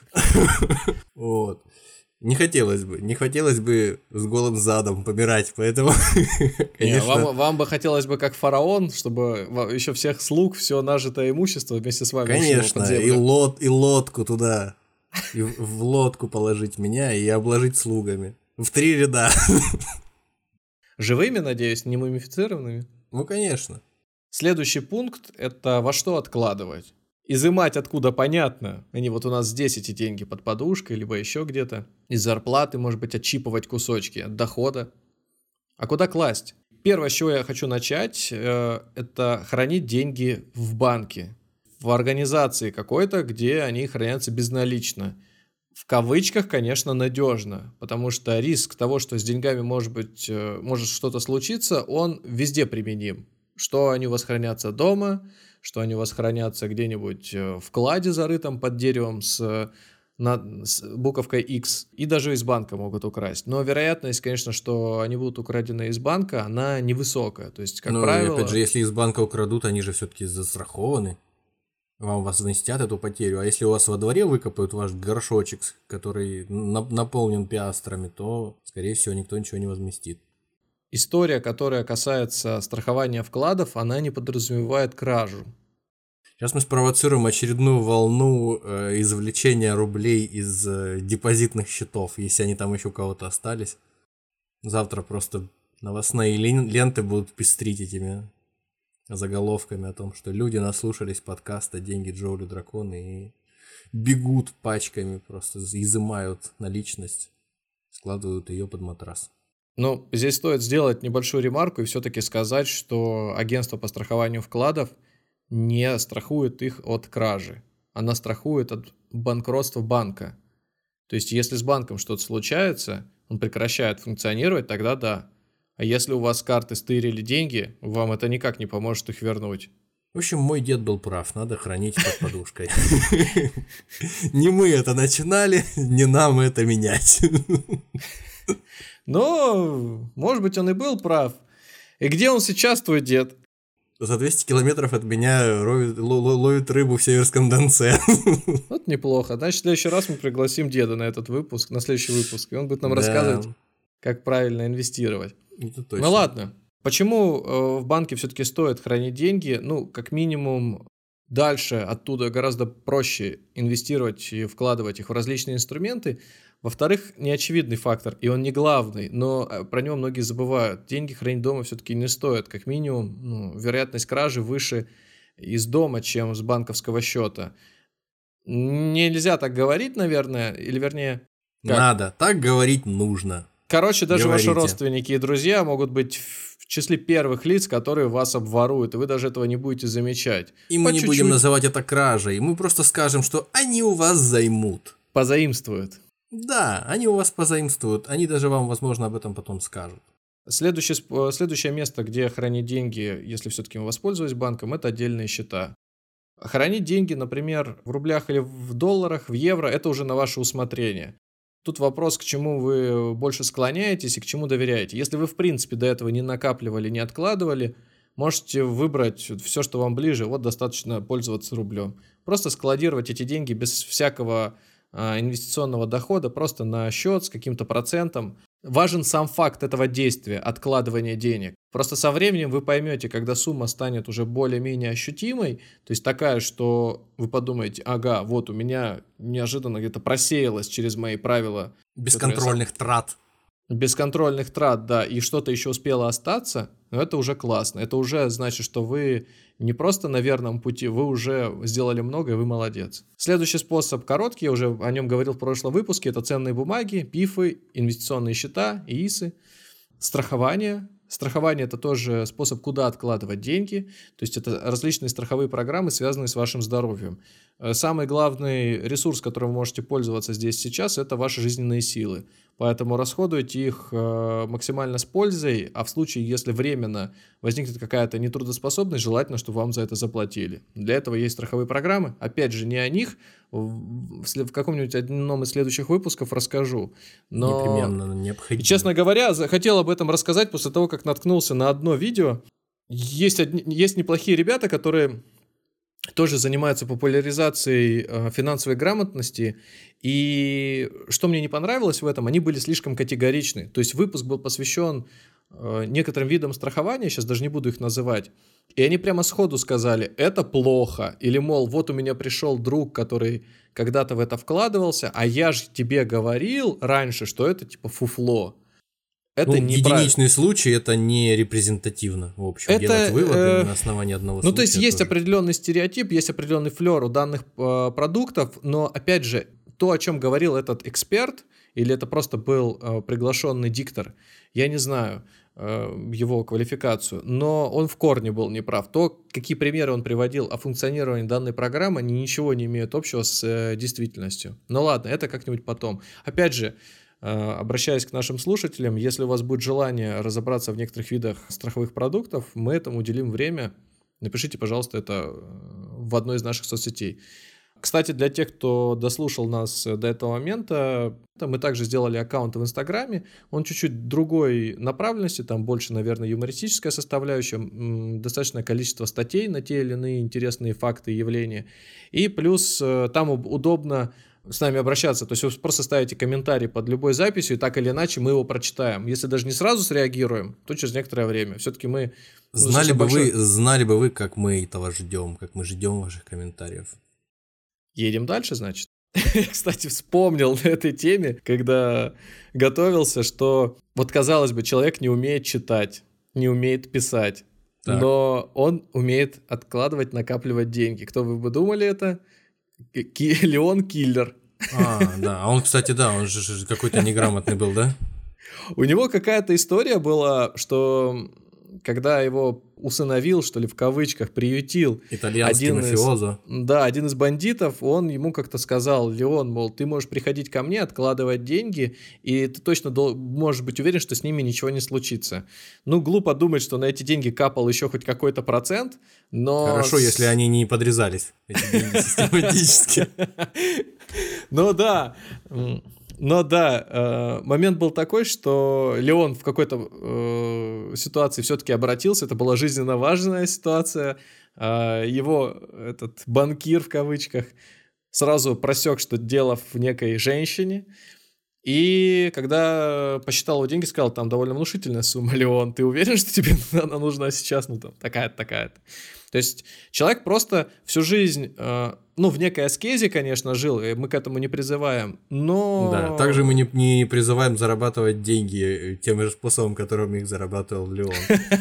Вот. Не хотелось бы, не хотелось бы с голым задом помирать, поэтому, Не, конечно, вам, вам бы хотелось бы как фараон, чтобы еще всех слуг, все нажитое имущество вместе с вами ушло под конечно, и, землю. лод, и лодку туда, и в в лодку положить меня и обложить слугами. В три ряда. Живыми, надеюсь, не мумифицированными. Ну, конечно. Следующий пункт – это во что откладывать. Изымать откуда понятно. Они вот у нас здесь эти деньги под подушкой, либо еще где-то. Из зарплаты, может быть, отчипывать кусочки от дохода. А куда класть? Первое, с чего я хочу начать, э, это хранить деньги в банке. В организации какой-то, где они хранятся безналично. В кавычках, конечно, надежно, потому что риск того, что с деньгами может быть, может что-то случиться, он везде применим. Что они у вас хранятся дома, что они у вас хранятся где-нибудь в кладе, зарытом под деревом с, на, с буковкой X, и даже из банка могут украсть. Но вероятность, конечно, что они будут украдены из банка, она невысокая. То есть, как Но, правило... опять же, если из банка украдут, они же все-таки застрахованы. Вам возместят эту потерю. А если у вас во дворе выкопают ваш горшочек, который наполнен пиастрами, то, скорее всего, никто ничего не возместит. История, которая касается страхования вкладов, она не подразумевает кражу. Сейчас мы спровоцируем очередную волну э, извлечения рублей из э, депозитных счетов, если они там еще у кого-то остались. Завтра просто новостные ленты будут пестрить этими заголовками о том, что люди наслушались подкаста «Деньги, Джоули, драконы» и бегут пачками, просто изымают наличность, складывают ее под матрас. Ну, здесь стоит сделать небольшую ремарку и все-таки сказать, что агентство по страхованию вкладов не страхует их от кражи. Она страхует от банкротства банка. То есть, если с банком что-то случается, он прекращает функционировать, тогда да. А если у вас с карты стырили деньги, вам это никак не поможет их вернуть. В общем, мой дед был прав, надо хранить под подушкой. Не мы это начинали, не нам это менять. Но, может быть, он и был прав. И где он сейчас, твой дед? За двести километров от меня ловит, ловит рыбу в Северском Донце. Вот неплохо. Значит, в следующий раз мы пригласим деда на этот выпуск, на следующий выпуск, и он будет нам да. рассказывать, как правильно инвестировать. Это точно. Ну ладно. Почему э, в банке все-таки стоит хранить деньги? Ну, как минимум, дальше оттуда гораздо проще инвестировать и вкладывать их в различные инструменты. Во-вторых, неочевидный фактор, и он не главный, но про него многие забывают. Деньги хранить дома все-таки не стоит. Как минимум, ну, вероятность кражи выше из дома, чем с банковского счета. Нельзя так говорить, наверное, или вернее... Как? Надо, так говорить нужно. Короче, даже Говорите. Ваши родственники и друзья могут быть в числе первых лиц, которые вас обворуют, и вы даже этого не будете замечать. И мы По не чуть-чуть... будем называть это кражей, мы просто скажем, что они у вас займут. Позаимствуют. Да, они у вас позаимствуют, они даже вам, возможно, об этом потом скажут. Следующее, следующее место, где хранить деньги, если все-таки вы воспользовались банком, это отдельные счета. Хранить деньги, например, в рублях или в долларах, в евро, это уже на ваше усмотрение. Тут вопрос, к чему вы больше склоняетесь и к чему доверяете. Если вы, в принципе, до этого не накапливали, не откладывали, можете выбрать все, что вам ближе. Вот достаточно пользоваться рублем. Просто складировать эти деньги без всякого а, инвестиционного дохода, просто на счет с каким-то процентом. Важен сам факт этого действия, откладывания денег. Просто со временем вы поймете, когда сумма станет уже более-менее ощутимой, то есть такая, что вы подумаете, ага, вот у меня неожиданно где-то просеялось через мои правила. Бесконтрольных сам... трат. Бесконтрольных трат, да, и что-то еще успело остаться, но это уже классно. Это уже значит, что вы не просто на верном пути, вы уже сделали много, и вы молодец. Следующий способ короткий, я уже о нем говорил в прошлом выпуске, это ценные бумаги, пифы, инвестиционные счета, ИИСы, страхование. Страхование – это тоже способ, куда откладывать деньги, то есть это различные страховые программы, связанные с вашим здоровьем. Самый главный ресурс, которым вы можете пользоваться здесь сейчас, это ваши жизненные силы. Поэтому расходуйте их максимально с пользой, а в случае, если временно возникнет какая-то нетрудоспособность, желательно, чтобы вам за это заплатили. Для этого есть страховые программы. Опять же, не о них, в каком-нибудь одном из следующих выпусков расскажу. Но... Непременно необходимо. И, честно говоря, хотел об этом рассказать после того, как наткнулся на одно видео. Есть, одни... есть неплохие ребята, которые... тоже занимаются популяризацией э, финансовой грамотности, и что мне не понравилось в этом, они были слишком категоричны. То есть выпуск был посвящен э, некоторым видам страхования, сейчас даже не буду их называть, и они прямо сходу сказали, это плохо, или, мол, вот у меня пришел друг, который когда-то в это вкладывался, а я же тебе говорил раньше, что это типа фуфло. Это ну, единичный случай, это не репрезентативно, в общем, это, делать выводы э, на основании одного ну, случая. Ну, то есть, тоже. Есть определенный стереотип, есть определенный флер у данных э, продуктов, но, опять же, то, о чем говорил этот эксперт, или это просто был э, приглашенный диктор, я не знаю э, его квалификацию, но он в корне был неправ. То, какие примеры он приводил о функционировании данной программы, они ничего не имеют общего с э, действительностью. Ну ладно, это как-нибудь потом. Опять же, обращаясь к нашим слушателям, если у вас будет желание разобраться в некоторых видах страховых продуктов, мы этому уделим время. Напишите, пожалуйста, это в одной из наших соцсетей. Кстати, для тех, кто дослушал нас до этого момента, мы также сделали аккаунт в Инстаграме. Он чуть-чуть другой направленности, там больше, наверное, юмористическая составляющая, достаточное количество статей на те или иные интересные факты и явления. И плюс там удобно с нами обращаться, то есть вы просто ставите комментарий под любой записью, и так или иначе мы его прочитаем. Если даже не сразу среагируем, то через некоторое время. Все-таки мы... Знали, ну, бы большой... вы, знали бы вы, как мы этого ждем, как мы ждем ваших комментариев. Едем дальше, значит? Кстати, вспомнил на этой теме, когда готовился, что вот, казалось бы, человек не умеет читать, не умеет писать, так. но он умеет откладывать, накапливать деньги. Кто вы бы думали это? Леон Киллер. А, да. А он, кстати, да, он же какой-то неграмотный был, да? У него какая-то история была, что когда его усыновил, что ли, в кавычках, приютил итальянский один мафиозо. Из, да, один из бандитов, он ему как-то сказал: Леон, мол, ты можешь приходить ко мне, откладывать деньги, и ты точно дол- можешь быть уверен, что с ними ничего не случится. Ну, глупо думать, что на эти деньги капал еще хоть какой-то процент, но... Хорошо, если они не подрезались, эти деньги систематически. Ну да... Но да, э, момент был такой, что Леон в какой-то э, ситуации все-таки обратился, это была жизненно важная ситуация, э, его этот банкир в кавычках сразу просек, что дело в некой женщине, и когда посчитал его деньги, сказал: там довольно внушительная сумма, Леон, ты уверен, что тебе она нужна сейчас? Ну там такая-то, такая-то. То есть человек просто всю жизнь, э, ну, в некой аскезе, конечно, жил, и мы к этому не призываем, но... Да, также мы не, не призываем зарабатывать деньги тем же способом, которым их зарабатывал Леон.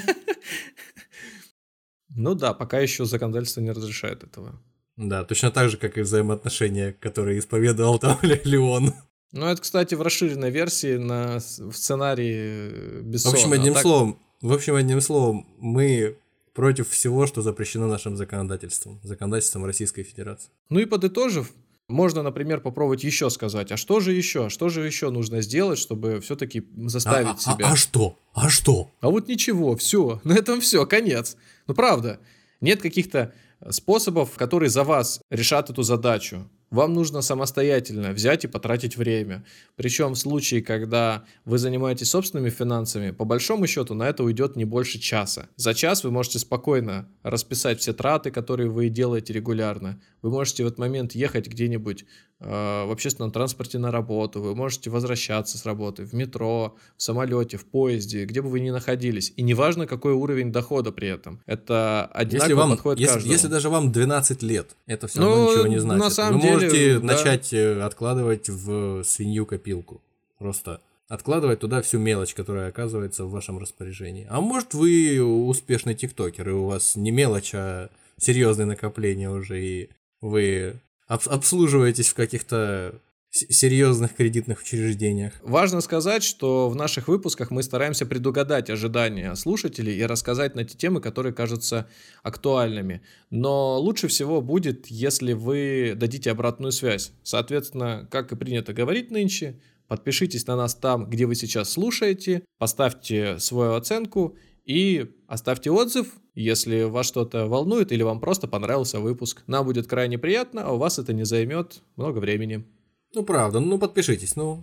Ну да, пока еще законодательство не разрешает этого. Да, точно так же, как и взаимоотношения, которые исповедовал там Леон. Ну, это, кстати, в расширенной версии на, в сценарии Бессона. В общем, одним а так... словом, в общем, одним словом, мы... против всего, что запрещено нашим законодательством, законодательством Российской Федерации. Ну и подытожив, можно, например, попробовать еще сказать, а что же еще, что же еще нужно сделать, чтобы все-таки заставить а, себя... А, а что? А что? А вот ничего, все, на этом все, конец. Ну правда, нет каких-то способов, которые за вас решат эту задачу. Вам нужно самостоятельно взять и потратить время. Причем в случае, когда вы занимаетесь собственными финансами, по большому счету на это уйдет не больше часа. За час вы можете спокойно расписать все траты, которые вы делаете регулярно. Вы можете в этот момент ехать где-нибудь э, в общественном транспорте на работу, вы можете возвращаться с работы в метро, в самолете, в поезде, где бы вы ни находились. И неважно, какой уровень дохода при этом. Это одинаково если вам, подходит если, каждому. Если даже вам двенадцать лет, это все ну, равно ничего не значит. На самом вы деле, можете да. начать откладывать в свинью-копилку. Просто откладывать туда всю мелочь, которая оказывается в вашем распоряжении. А может, вы успешный тиктокер, и у вас не мелочь, а серьезные накопления уже, и вы об- обслуживаетесь в каких-то серьезных кредитных учреждениях. Важно сказать, что в наших выпусках мы стараемся предугадать ожидания слушателей и рассказать на те темы, которые кажутся актуальными. Но лучше всего будет, если вы дадите обратную связь. Соответственно, как и принято говорить нынче, подпишитесь на нас там, где вы сейчас слушаете, поставьте свою оценку и оставьте отзыв, если вас что-то волнует или вам просто понравился выпуск. Нам будет крайне приятно, а у вас это не займет много времени. Ну, правда, ну подпишитесь, ну.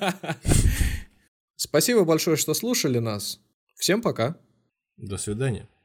Спасибо большое, что слушали нас. Всем пока. До свидания.